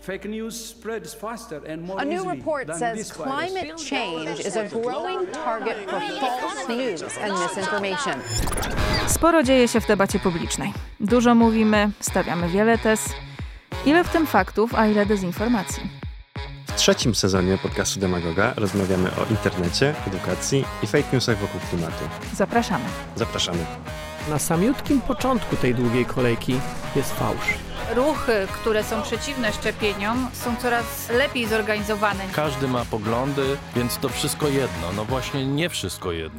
A new report says climate change is a growing target for false news and misinformation. Sporo dzieje się w debacie publicznej. Dużo mówimy, stawiamy wiele tez. Ile w tym faktów, a ile dezinformacji? W trzecim sezonie podcastu Demagoga rozmawiamy o internecie, edukacji i fake newsach wokół klimatu. Zapraszamy. Zapraszamy. Na samiutkim początku tej długiej kolejki jest fałsz. Ruchy, które są przeciwne szczepieniom, są coraz lepiej zorganizowane. Każdy ma poglądy, więc to wszystko jedno. No właśnie nie wszystko jedno.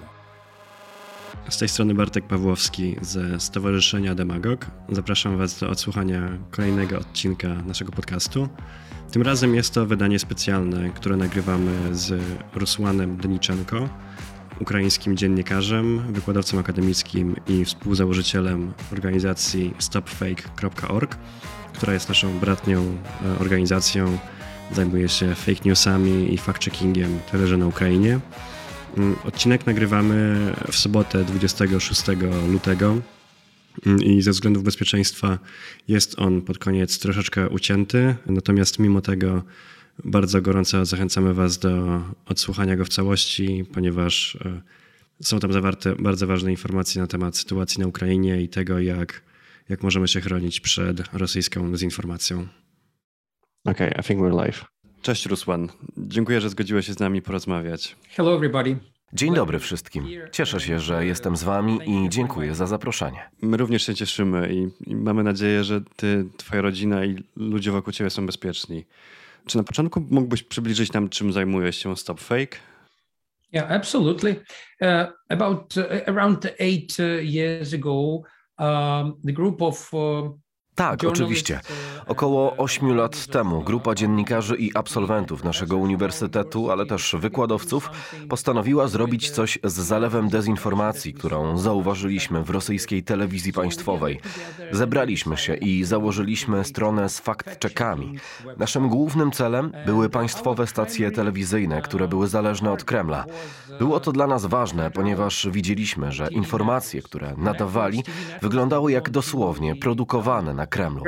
Z tej strony Bartek Pawłowski ze Stowarzyszenia Demagog. Zapraszam Was do odsłuchania kolejnego odcinka naszego podcastu. Tym razem jest to wydanie specjalne, które nagrywamy z Rusłanem Deniczenko, ukraińskim dziennikarzem, wykładowcą akademickim i współzałożycielem organizacji stopfake.org, która jest naszą bratnią organizacją, zajmuje się fake newsami i fact-checkingiem także na Ukrainie. Odcinek nagrywamy w sobotę 26 lutego i ze względów bezpieczeństwa jest on pod koniec troszeczkę ucięty, natomiast mimo tego bardzo gorąco zachęcamy Was do odsłuchania go w całości, ponieważ są tam zawarte bardzo ważne informacje na temat sytuacji na Ukrainie i tego, jak możemy się chronić przed rosyjską dezinformacją. Okay, I think we're live. Cześć Rusłan, dziękuję, że zgodziłeś się z nami porozmawiać. Hello everybody. Dzień dobry wszystkim. Cieszę się, że jestem z wami i dziękuję za zaproszenie. My również się cieszymy i mamy nadzieję, że ty, twoja rodzina i ludzie wokół ciebie są bezpieczni. Czy na początku mógłbyś przybliżyć nam, czym zajmuje się Stop Fake? Yeah, absolutely. Around 8 years ago, the group of Tak, oczywiście. Około 8 lat temu grupa dziennikarzy i absolwentów naszego uniwersytetu, ale też wykładowców, postanowiła zrobić coś z zalewem dezinformacji, którą zauważyliśmy w rosyjskiej telewizji państwowej. Zebraliśmy się i założyliśmy stronę z fact-checkami. Naszym głównym celem były państwowe stacje telewizyjne, które były zależne od Kremla. Było to dla nas ważne, ponieważ widzieliśmy, że informacje, które nadawali, wyglądały jak dosłownie produkowane na Kremlu.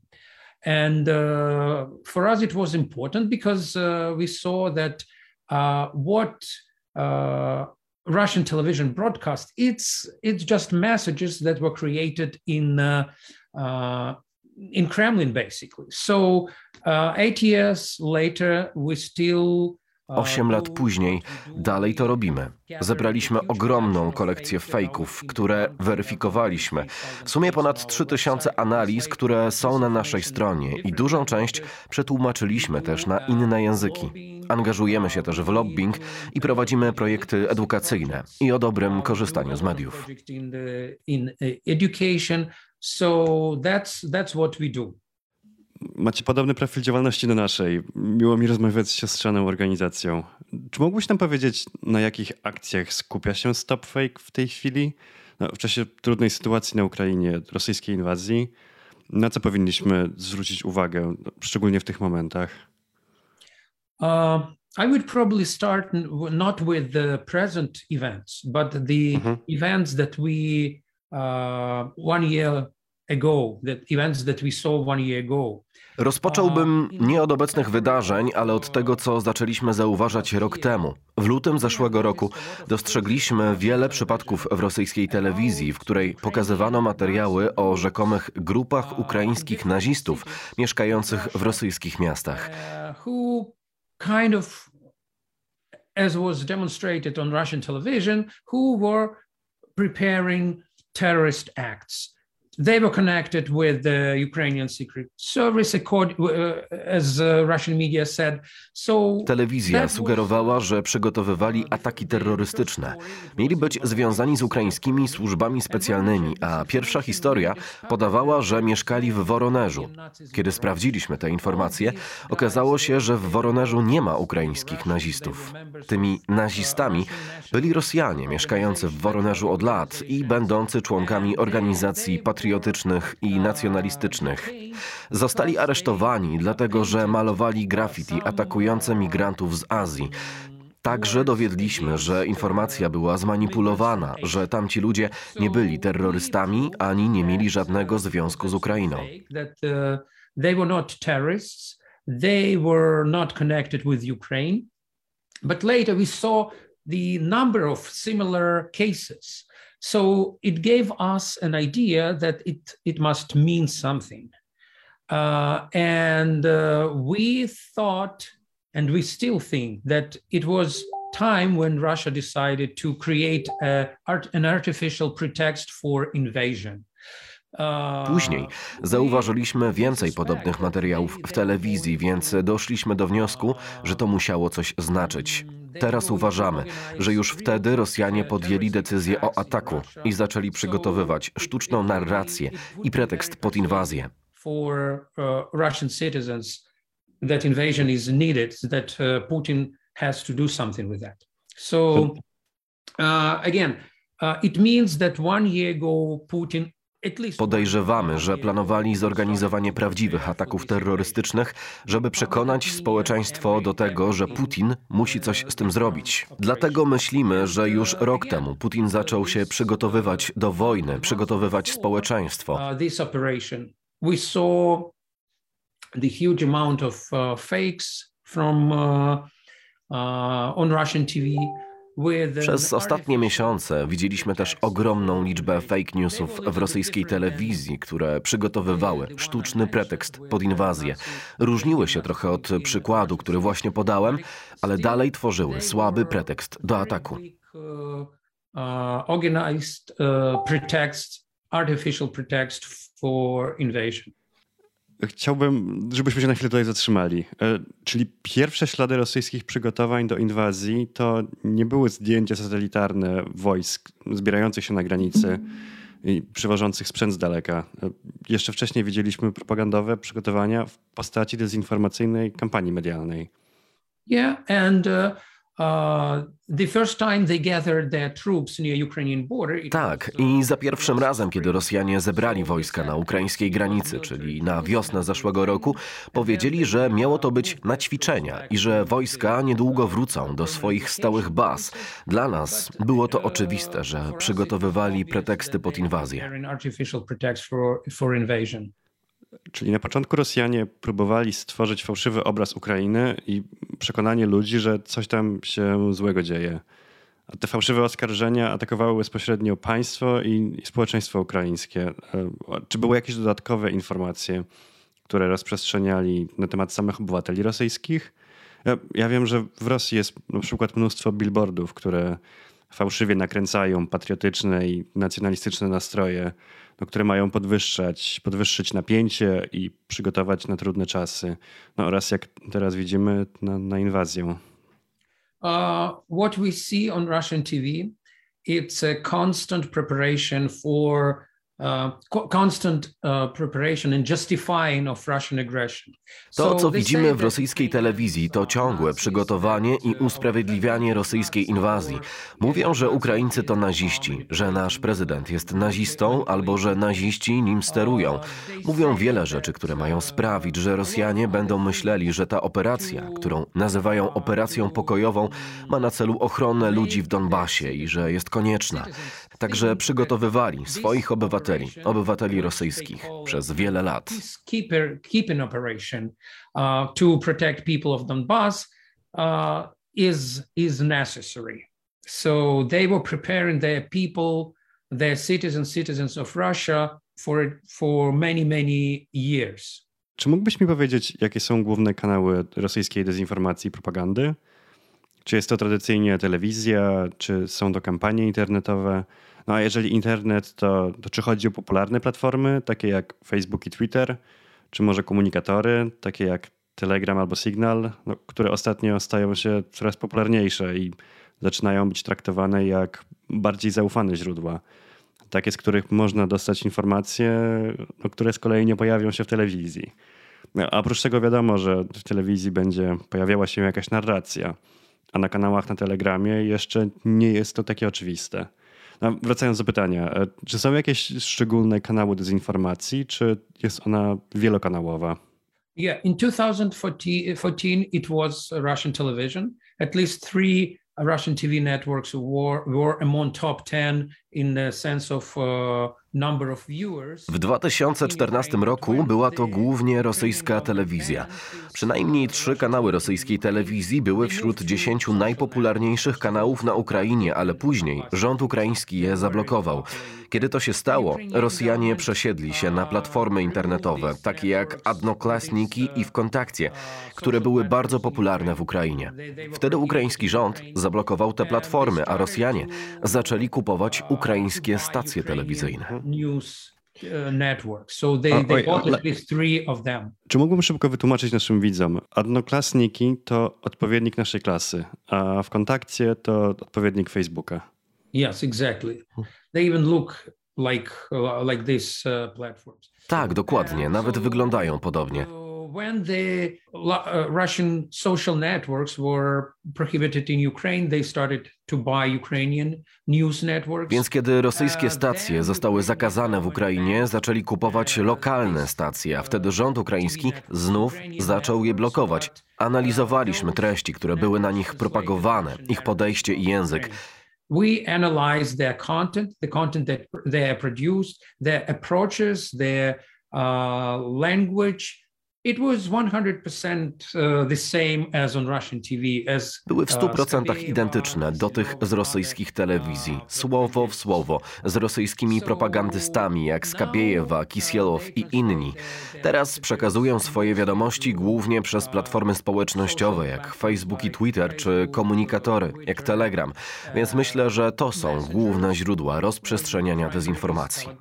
And for us it was important because we saw that what Russian television broadcast, it's just messages that were created in Kremlin basically. So 8 years later we still 8 lat później dalej to robimy. Zebraliśmy ogromną kolekcję fejków, które weryfikowaliśmy. W sumie ponad 3000 analiz, które są na naszej stronie i dużą część przetłumaczyliśmy też na inne języki. Angażujemy się też w lobbying i prowadzimy projekty edukacyjne i o dobrym korzystaniu z mediów. So that's what we do. Macie podobny profil działalności do naszej. Miło mi rozmawiać z siostrzaną organizacją. Czy mógłbyś nam powiedzieć, na jakich akcjach skupia się Stop Fake w tej chwili? W czasie trudnej sytuacji na Ukrainie, rosyjskiej inwazji. Na co powinniśmy zwrócić uwagę, szczególnie w tych momentach? I would probably start not with the present events, but the events that we 1 year ago, the events that we saw 1 year ago. Rozpocząłbym nie od obecnych wydarzeń, ale od tego, co zaczęliśmy zauważać rok temu. W lutym zeszłego roku dostrzegliśmy wiele przypadków w rosyjskiej telewizji, w której pokazywano materiały o rzekomych grupach ukraińskich nazistów mieszkających w rosyjskich miastach. Who kind of, as was demonstrated on Russian television, who were preparing terrorist acts. They were connected with the Ukrainian Secret Service, as Russian media said. Telewizja sugerowała, że przygotowywali ataki terrorystyczne. Mieli być związani z ukraińskimi służbami specjalnymi, a pierwsza historia podawała, że mieszkali w Woronerzu. Kiedy sprawdziliśmy te informacje, okazało się, że w Woronerzu nie ma ukraińskich nazistów. Tymi nazistami byli Rosjanie mieszkający w Woronerzu od lat i będący członkami organizacji patriotycznych i nacjonalistycznych. Zostali aresztowani, dlatego że malowali graffiti atakujące migrantów z Azji. Także dowiedliśmy, że informacja była zmanipulowana, że tamci ludzie nie byli terrorystami ani nie mieli żadnego związku z Ukrainą. they were not connected with Ukraine. But later we saw the number of similar cases. So it gave us an idea that it must mean something. We thought, and we still think, that it was time when Russia decided to create an artificial pretext for invasion. Później zauważyliśmy więcej podobnych materiałów w telewizji, więc doszliśmy do wniosku, że to musiało coś znaczyć. Teraz uważamy, że już wtedy Rosjanie podjęli decyzję o ataku i zaczęli przygotowywać sztuczną narrację i pretekst pod inwazję. For Russian citizens, that invasion is needed, that Putin has to do something with that. So again, it means that 1 year ago Putin. Podejrzewamy, że planowali zorganizowanie prawdziwych ataków terrorystycznych, żeby przekonać społeczeństwo do tego, że Putin musi coś z tym zrobić. Dlatego myślimy, że już rok temu Putin zaczął się przygotowywać do wojny, przygotowywać społeczeństwo. We saw the huge amount of fakes from on Russian TV. Przez ostatnie miesiące widzieliśmy też ogromną liczbę fake newsów w rosyjskiej telewizji, które przygotowywały sztuczny pretekst pod inwazję. Różniły się trochę od przykładu, który właśnie podałem, ale dalej tworzyły słaby pretekst do ataku. Organized pretext, artificial pretext for invasion. Chciałbym, żebyśmy się na chwilę tutaj zatrzymali. Czyli pierwsze ślady rosyjskich przygotowań do inwazji to nie były zdjęcia satelitarne wojsk zbierających się na granicy i przywożących sprzęt z daleka. Jeszcze wcześniej widzieliśmy propagandowe przygotowania w postaci dezinformacyjnej kampanii medialnej. Yeah, and the first time they gathered their troops near Ukrainian border. Tak, i za pierwszym razem, kiedy Rosjanie zebrali wojska na ukraińskiej granicy, czyli na wiosnę zeszłego roku, powiedzieli, że miało to być na ćwiczenia i że wojska niedługo wrócą do swoich stałych baz. Dla nas było to oczywiste, że przygotowywali preteksty pod inwazję. Czyli na początku Rosjanie próbowali stworzyć fałszywy obraz Ukrainy i przekonanie ludzi, że coś tam się złego dzieje. A te fałszywe oskarżenia atakowały bezpośrednio państwo i społeczeństwo ukraińskie. Czy były jakieś dodatkowe informacje, które rozprzestrzeniali na temat samych obywateli rosyjskich? Ja wiem, że w Rosji jest na przykład mnóstwo billboardów, które fałszywie nakręcają patriotyczne i nacjonalistyczne nastroje, które mają podwyższyć napięcie i przygotować na trudne czasy. Oraz jak teraz widzimy, na inwazję. What we see on Russian TV, it's a constant preparation for preparation and justifying of Russian aggression. To, co widzimy w rosyjskiej telewizji, to ciągłe przygotowanie i usprawiedliwianie rosyjskiej inwazji. Mówią, że Ukraińcy to naziści, że nasz prezydent jest nazistą albo że naziści nim sterują. Mówią wiele rzeczy, które mają sprawić, że Rosjanie będą myśleli, że ta operacja, którą nazywają operacją pokojową, ma na celu ochronę ludzi w Donbasie i że jest konieczna. Także przygotowywali swoich obywateli rosyjskich przez wiele lat. Peacekeeping operation to protect people of Donbass is necessary. So they were preparing their people, their citizens of Russia for many years. Czy mógłbyś mi powiedzieć, jakie są główne kanały rosyjskiej dezinformacji i propagandy? Czy jest to tradycyjnie telewizja, czy są to kampanie internetowe? A jeżeli internet, to czy chodzi o popularne platformy, takie jak Facebook i Twitter, czy może komunikatory, takie jak Telegram albo Signal, które ostatnio stają się coraz popularniejsze i zaczynają być traktowane jak bardziej zaufane źródła, takie, z których można dostać informacje, które z kolei nie pojawią się w telewizji. A oprócz tego wiadomo, że w telewizji będzie pojawiała się jakaś narracja, a na kanałach na Telegramie jeszcze nie jest to takie oczywiste. Wracając do pytania, czy są jakieś szczególne kanały dezinformacji, czy jest ona wielokanałowa? Yeah, in 2014 it was Russian television. At least 3 Russian TV networks were among top 10 in the sense of W 2014 roku była to głównie rosyjska telewizja. Przynajmniej 3 kanały rosyjskiej telewizji były wśród 10 najpopularniejszych kanałów na Ukrainie, ale później rząd ukraiński je zablokował. Kiedy to się stało, Rosjanie przesiedli się na platformy internetowe, takie jak Odnoklassniki i Wkontakcie, które były bardzo popularne w Ukrainie. Wtedy ukraiński rząd zablokował te platformy, a Rosjanie zaczęli kupować ukraińskie stacje telewizyjne. Czy mógłbym szybko wytłumaczyć naszym widzom? Odnoklassniki to odpowiednik naszej klasy, a w Kontakcie to odpowiednik Facebooka. Yes, exactly. They even look like these platforms. Tak, dokładnie. Nawet wyglądają podobnie. When the Russian social networks were prohibited in Ukraine, they started to buy Ukrainian news networks. Więc kiedy rosyjskie stacje zostały zakazane w Ukrainie, zaczęli kupować lokalne stacje, a wtedy rząd ukraiński znów zaczął je blokować. Analizowaliśmy treści, które były na nich propagowane, ich podejście i język. We analyzed their content, the content that they produced, their approaches, their language. It was 100% the same as on Russian TV. Były w 100% identyczne do tych z rosyjskich telewizji, słowo w słowo, z rosyjskimi propagandystami jak Skabiejewa, Kisielow i inni. Teraz przekazują swoje wiadomości głównie przez platformy społecznościowe jak Facebook i Twitter, czy komunikatory jak Telegram. Więc myślę, że to są główne źródła rozprzestrzeniania dezinformacji.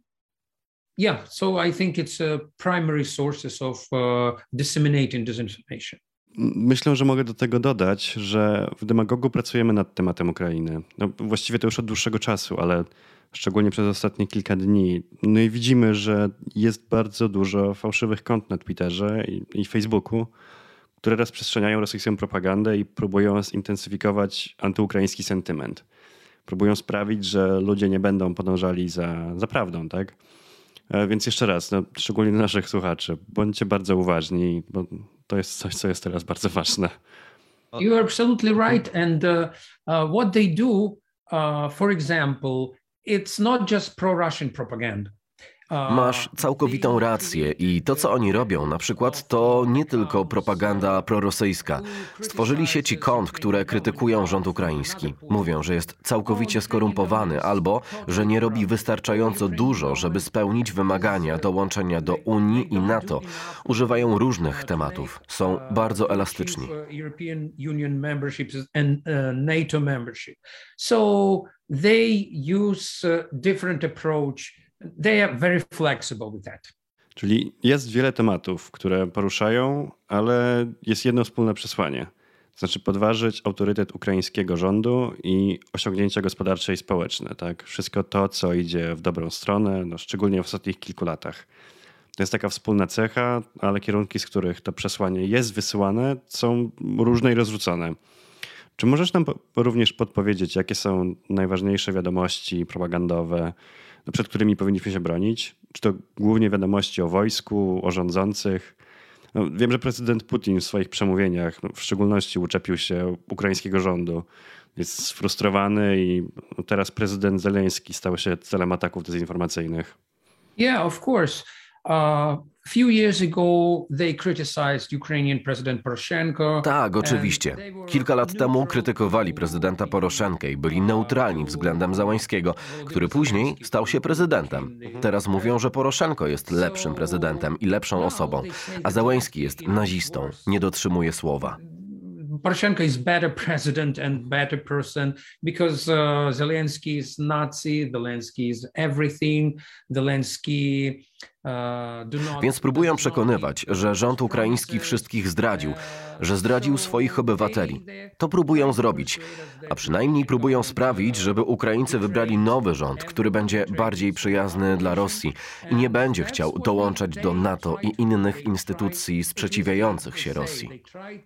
Yeah, so I think it's primary sources of disseminating disinformation. Myślę, że mogę do tego dodać, że w Demagogu pracujemy nad tematem Ukrainy. No, właściwie to już od dłuższego czasu, ale szczególnie przez ostatnie kilka dni. No i widzimy, że jest bardzo dużo fałszywych kont na Twitterze i Facebooku, które rozprzestrzeniają rosyjską propagandę i próbują zintensyfikować antyukraiński sentyment. Próbują sprawić, że ludzie nie będą podążali za prawdą, tak? Więc jeszcze raz, no, szczególnie dla naszych słuchaczy, bądźcie bardzo uważni, bo to jest coś, co jest teraz bardzo ważne. You are absolutely right. And what they do, for example, it's not just pro-Russian propaganda. Masz całkowitą rację i to, co oni robią, na przykład, to nie tylko propaganda prorosyjska. Stworzyli sieci kont, które krytykują rząd ukraiński. Mówią, że jest całkowicie skorumpowany albo, że nie robi wystarczająco dużo, żeby spełnić wymagania dołączenia do Unii i NATO. Używają różnych tematów. Są bardzo elastyczni. So they use different approach. They are very flexible with that. Czyli jest wiele tematów, które poruszają, ale jest jedno wspólne przesłanie. To znaczy podważyć autorytet ukraińskiego rządu i osiągnięcia gospodarcze i społeczne. Tak? Wszystko to, co idzie w dobrą stronę, no szczególnie w ostatnich kilku latach. To jest taka wspólna cecha, ale kierunki, z których to przesłanie jest wysyłane, są różne i rozrzucone. Czy możesz nam również podpowiedzieć, jakie są najważniejsze wiadomości propagandowe, przed którymi powinniśmy się bronić? Czy to głównie wiadomości o wojsku, o rządzących? No, wiem, że prezydent Putin w swoich przemówieniach w szczególności uczepił się ukraińskiego rządu. Jest sfrustrowany i teraz prezydent Zełenski stał się celem ataków dezinformacyjnych. Yeah, of course. A few years ago they criticized Ukrainian President Poroshenko. Tak, oczywiście. Kilka lat temu krytykowali prezydenta Poroszenkę i byli neutralni względem Zełańskiego, który później stał się prezydentem. Teraz mówią, że Poroszenko jest lepszym prezydentem i lepszą osobą, a Zełański jest nazistą, nie dotrzymuje słowa. Poroshenko is better president and better person because Zelensky is Nazi, Zelensky is everything, Zelensky Więc próbują przekonywać, że rząd ukraiński wszystkich zdradził, że zdradził swoich obywateli. To próbują zrobić, a przynajmniej próbują sprawić, żeby Ukraińcy wybrali nowy rząd, który będzie bardziej przyjazny dla Rosji i nie będzie chciał dołączać do NATO i innych instytucji sprzeciwiających się Rosji.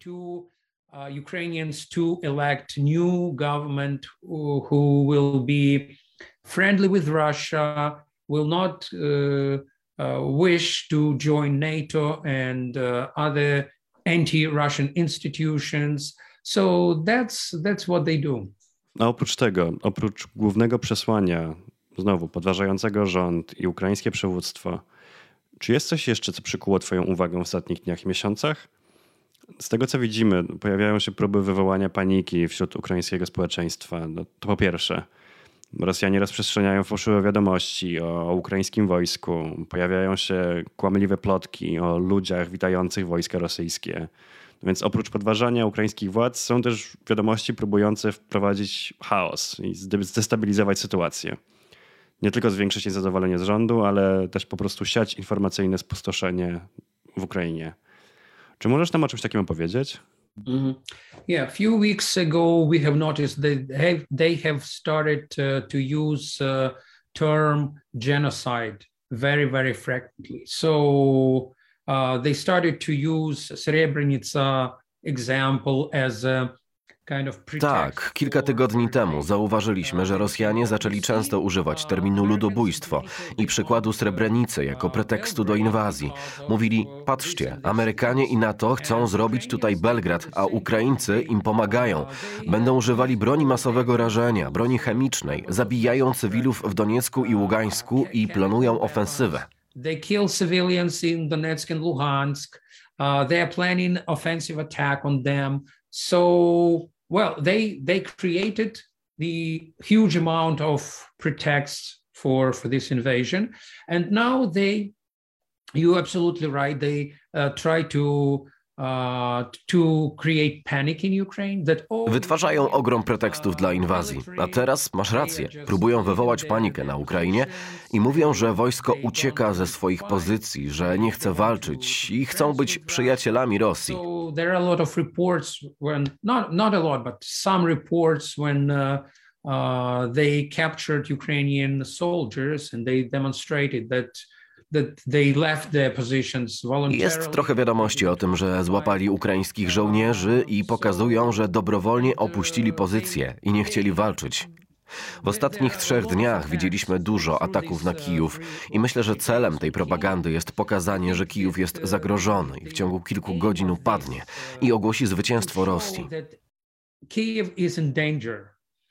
Ukrainians to elect new government who will be friendly with Russia, will not wish to join NATO and other anti-Russian institutions. So that's what they do. A oprócz tego, oprócz głównego przesłania znowu podważającego rząd i ukraińskie przywództwo, czy jest coś jeszcze, co przykuło twoją uwagę w ostatnich dniach i miesiącach? Z tego, co widzimy, pojawiają się próby wywołania paniki wśród ukraińskiego społeczeństwa. No, to po pierwsze. Rosjanie rozprzestrzeniają fałszywe wiadomości o ukraińskim wojsku. Pojawiają się kłamliwe plotki o ludziach witających wojska rosyjskie. Więc oprócz podważania ukraińskich władz są też wiadomości próbujące wprowadzić chaos i zdestabilizować sytuację. Nie tylko zwiększyć niezadowolenie z rządu, ale też po prostu siać informacyjne spustoszenie w Ukrainie. Czy możesz nam o czymś takim opowiedzieć? Mm-hmm. Yeah, a few weeks ago we have noticed that they have started to use term genocide very, very frequently. So they started to use Srebrenica example as a kind of pretext. Tak, kilka tygodni temu zauważyliśmy, że Rosjanie zaczęli często używać terminu ludobójstwo i przykładu Srebrenicy jako pretekstu do inwazji. Mówili, patrzcie, Amerykanie i NATO chcą zrobić tutaj Belgrad, a Ukraińcy im pomagają. Będą używali broni masowego rażenia, broni chemicznej, zabijają cywilów w Doniecku i Ługańsku i planują ofensywę. They kill civilians in Donetsk and Luhansk. They are planning offensive attack on them. So, well, they created the huge amount of pretexts for this invasion, and now you're absolutely right. They try to create panic in Ukraine. Wytwarzają ogrom pretekstów dla inwazji. A teraz masz rację. Próbują wywołać panikę na Ukrainie i mówią, że wojsko ucieka ze swoich pozycji, że nie chce walczyć i chcą być przyjacielami Rosji. So there are a lot of reports not a lot, but some reports when they captured Ukrainian soldiers and they demonstrated that they left their positions voluntarily. Jest trochę wiadomości o tym, że złapali ukraińskich żołnierzy i pokazują, że dobrowolnie opuścili pozycje i nie chcieli walczyć. W ostatnich 3 dniach widzieliśmy dużo ataków na Kijów i myślę, że celem tej propagandy jest pokazanie, że Kijów jest zagrożony i w ciągu kilku godzin upadnie i ogłosi zwycięstwo Rosji. Kyiv is in danger.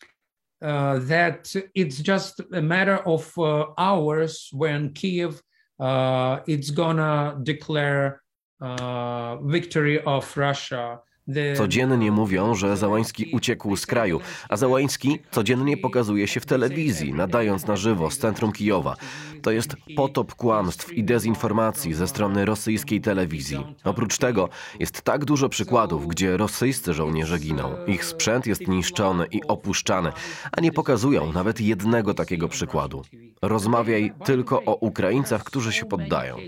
That it's just a matter of hours when Kyiv it's gonna declare victory of Russia. Codziennie mówią, że Załański uciekł z kraju, a Załański codziennie pokazuje się w telewizji, nadając na żywo z centrum Kijowa. To jest potop kłamstw i dezinformacji ze strony rosyjskiej telewizji. Oprócz tego jest tak dużo przykładów, gdzie rosyjscy żołnierze giną. Ich sprzęt jest niszczony i opuszczany, a nie pokazują nawet jednego takiego przykładu. Rozmawiaj tylko o Ukraińcach, którzy się poddają.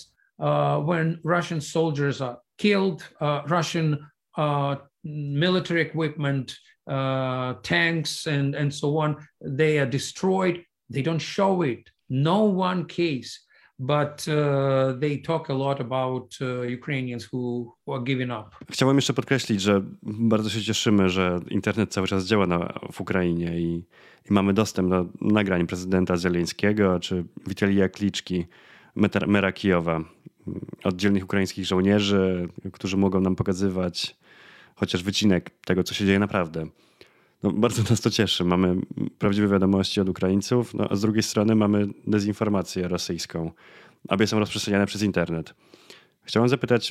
When Russian soldiers are killed, Russian military equipment, tanks and so on, they are destroyed. They don't show it. No one case, but they talk a lot about Ukrainians who are giving up. Chciałbym jeszcze podkreślić, że bardzo się cieszymy, że internet cały czas działa w Ukrainie i mamy dostęp do nagrań prezydenta Zełenskiego czy Witalija Kliczki, mera Kijowa, oddzielnych ukraińskich żołnierzy, którzy mogą nam pokazywać chociaż wycinek tego, co się dzieje naprawdę. No, bardzo nas to cieszy. Mamy prawdziwe wiadomości od Ukraińców, no, a z drugiej strony mamy dezinformację rosyjską. Obie są rozprzestrzeniane przez internet. Chciałem zapytać,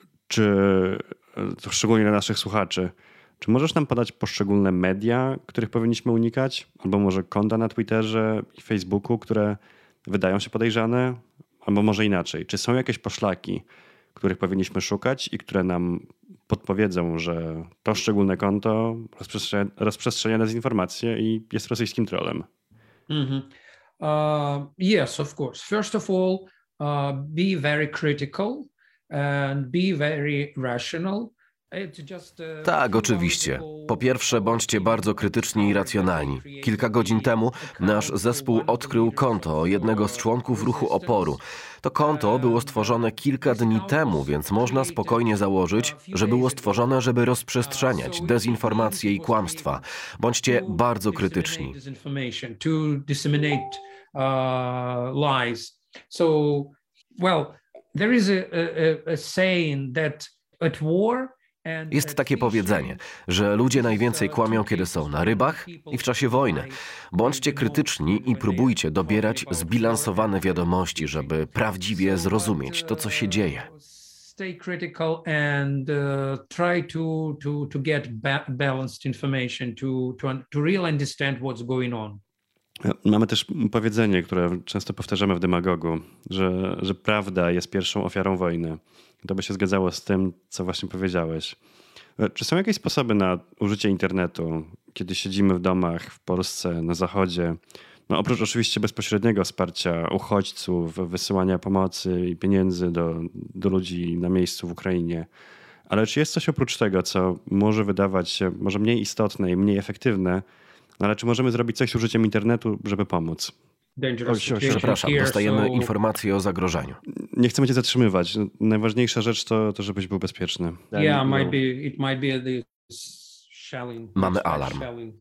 szczególnie dla naszych słuchaczy, czy możesz nam podać poszczególne media, których powinniśmy unikać? Albo może konta na Twitterze i Facebooku, które wydają się podejrzane? Albo może inaczej, czy są jakieś poszlaki, których powinniśmy szukać i które nam podpowiedzą, że to szczególne konto rozprzestrzenia dezinformację i jest rosyjskim trollem? Mm-hmm. Yes, of course. First of all, be very critical and be very rational. Tak, oczywiście. Po pierwsze, bądźcie bardzo krytyczni i racjonalni. Kilka godzin temu nasz zespół odkrył konto jednego z członków ruchu oporu. To konto było stworzone kilka dni temu, więc można spokojnie założyć, że było stworzone, żeby rozprzestrzeniać dezinformacje i kłamstwa. Bądźcie bardzo krytyczni. So, well, there is a saying that at war Jest takie powiedzenie, że ludzie najwięcej kłamią, kiedy są na rybach i w czasie wojny. Bądźcie krytyczni i próbujcie dobierać zbilansowane wiadomości, żeby prawdziwie zrozumieć to, co się dzieje. Stay critical and try to get balanced information to really understand what's going on. Mamy też powiedzenie, które często powtarzamy w Demagogu, że prawda jest pierwszą ofiarą wojny. To by się zgadzało z tym, co właśnie powiedziałeś. Czy są jakieś sposoby na użycie internetu, kiedy siedzimy w domach w Polsce, na Zachodzie? No oprócz oczywiście bezpośredniego wsparcia uchodźców, wysyłania pomocy i pieniędzy do ludzi na miejscu w Ukrainie. Ale czy jest coś oprócz tego, co może wydawać się może mniej istotne i mniej efektywne, no ale czy możemy zrobić coś z użyciem internetu, żeby pomóc? Przepraszam, dostajemy informacje o zagrożeniu. Nie chcemy cię zatrzymywać. Najważniejsza rzecz to żebyś był bezpieczny. Mamy alarm.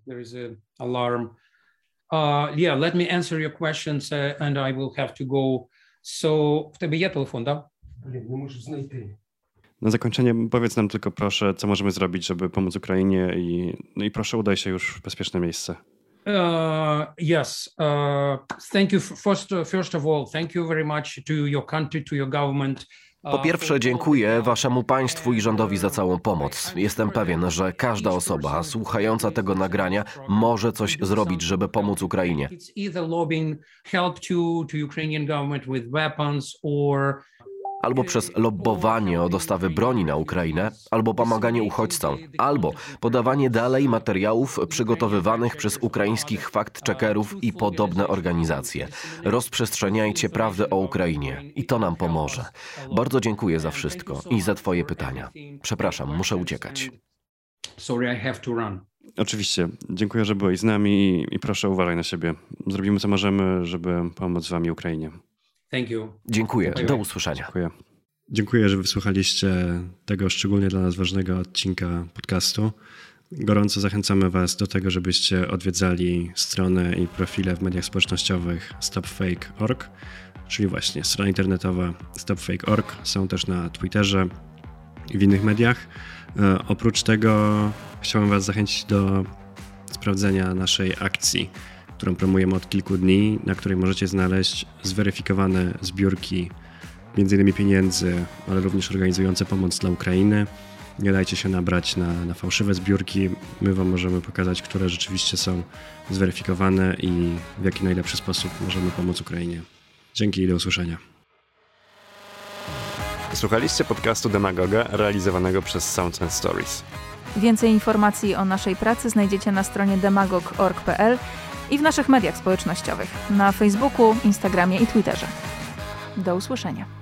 Let me answer your questions and I will have to go. So, w tebe є телефон, да? Nie możesz znajти. Na zakończenie powiedz nam tylko proszę, co możemy zrobić, żeby pomóc Ukrainie i proszę udaj się już w bezpieczne miejsce. Yes. Thank you. First of all, thank you very much to your country, to your government. Po pierwsze, dziękuję waszemu państwu i rządowi za całą pomoc. Jestem pewien, że każda osoba słuchająca tego nagrania może coś zrobić, żeby pomóc Ukrainie. Albo przez lobbowanie o dostawy broni na Ukrainę, albo pomaganie uchodźcom, albo podawanie dalej materiałów przygotowywanych przez ukraińskich fact-checkerów i podobne organizacje. Rozprzestrzeniajcie prawdę o Ukrainie i to nam pomoże. Bardzo dziękuję za wszystko i za twoje pytania. Przepraszam, muszę uciekać. Sorry, I have to run. Oczywiście. Dziękuję, że byłeś z nami i proszę uważaj na siebie. Zrobimy co możemy, żeby pomóc wam Ukrainie. Thank you. Dziękuję. Do usłyszenia. Dziękuję, że wysłuchaliście tego szczególnie dla nas ważnego odcinka podcastu. Gorąco zachęcamy was do tego, żebyście odwiedzali strony i profile w mediach społecznościowych stopfake.org, czyli właśnie strona internetowa stopfake.org. Są też na Twitterze i w innych mediach. Oprócz tego chciałem was zachęcić do sprawdzenia naszej akcji, którą promujemy od kilku dni, na której możecie znaleźć zweryfikowane zbiórki, m.in. pieniędzy, ale również organizujące pomoc dla Ukrainy. Nie dajcie się nabrać na fałszywe zbiórki. My wam możemy pokazać, które rzeczywiście są zweryfikowane i w jaki najlepszy sposób możemy pomóc Ukrainie. Dzięki i do usłyszenia. Słuchaliście podcastu Demagoga realizowanego przez Sounds and Stories. Więcej informacji o naszej pracy znajdziecie na stronie demagog.org.pl i w naszych mediach społecznościowych, na Facebooku, Instagramie i Twitterze. Do usłyszenia.